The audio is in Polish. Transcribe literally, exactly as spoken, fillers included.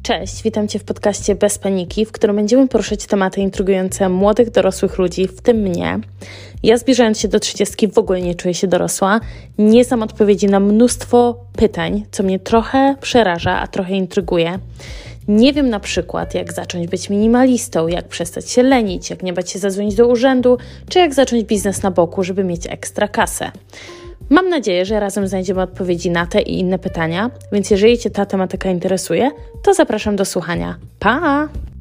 Cześć, witam Cię w podcaście Bez Paniki, w którym będziemy poruszać tematy intrygujące młodych, dorosłych ludzi, w tym mnie. Ja zbliżając się do trzydziestki w ogóle nie czuję się dorosła. Nie znam odpowiedzi na mnóstwo pytań, co mnie trochę przeraża, a trochę intryguje. Nie wiem na przykład, jak zacząć być minimalistą, jak przestać się lenić, jak nie bać się zadzwonić do urzędu, czy jak zacząć biznes na boku, żeby mieć ekstra kasę. Mam nadzieję, że razem znajdziemy odpowiedzi na te i inne pytania, więc jeżeli Cię ta tematyka interesuje, to zapraszam do słuchania. Pa!